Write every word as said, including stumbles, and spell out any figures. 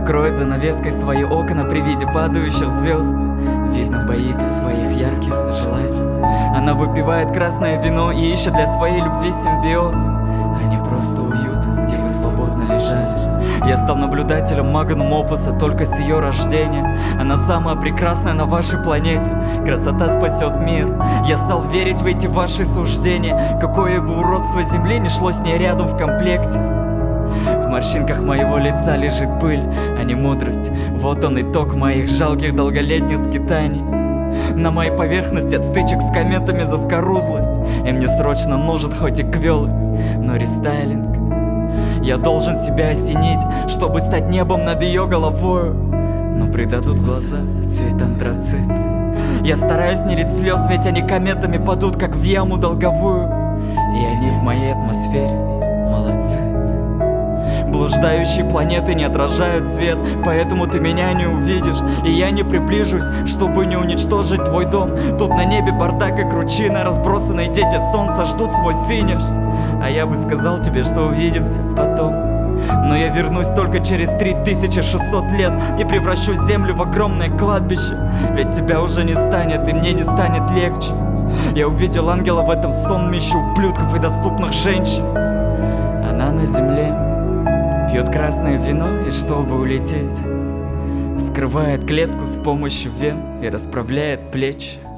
закроет занавеской свои окна при виде падающих звезд. Видно, боится своих ярких желаний. Она выпивает красное вино и ищет для своей любви симбиоз, а не просто уют, где вы свободно лежали. Я стал наблюдателем магнум опуса только с ее рождения. Она самая прекрасная на вашей планете. Красота спасет мир. Я стал верить в эти ваши суждения. Какое бы уродство земли не шло с ней рядом в комплекте. В морщинках моего лица лежит пыль, а не мудрость. Вот он итог моих жалких долголетних скитаний. На моей поверхности от стычек с комментами заскорузлость. И мне срочно нужен хоть и квелы, но рестайлинг. Я должен себя осенить, чтобы стать небом над ее головою. Но предадут глаза цвет антрацит. Я стараюсь не лить слез, ведь они кометами падут, как в яму долговую. И они в моей атмосфере молодцы. Блуждающие планеты не отражают свет, поэтому ты меня не увидишь, и я не приближусь, чтобы не уничтожить твой дом. Тут на небе бардак и кручина, разбросанные дети солнца ждут свой финиш. А я бы сказал тебе, что увидимся потом. Но я вернусь только через три тысячи шестьсот лет и превращу землю в огромное кладбище. Ведь тебя уже не станет, и мне не станет легче. Я увидел ангела в этом сонмище ублюдков и доступных женщин. Она на земле пьет красное вино, и чтобы улететь, вскрывает клетку с помощью вен и расправляет плечи.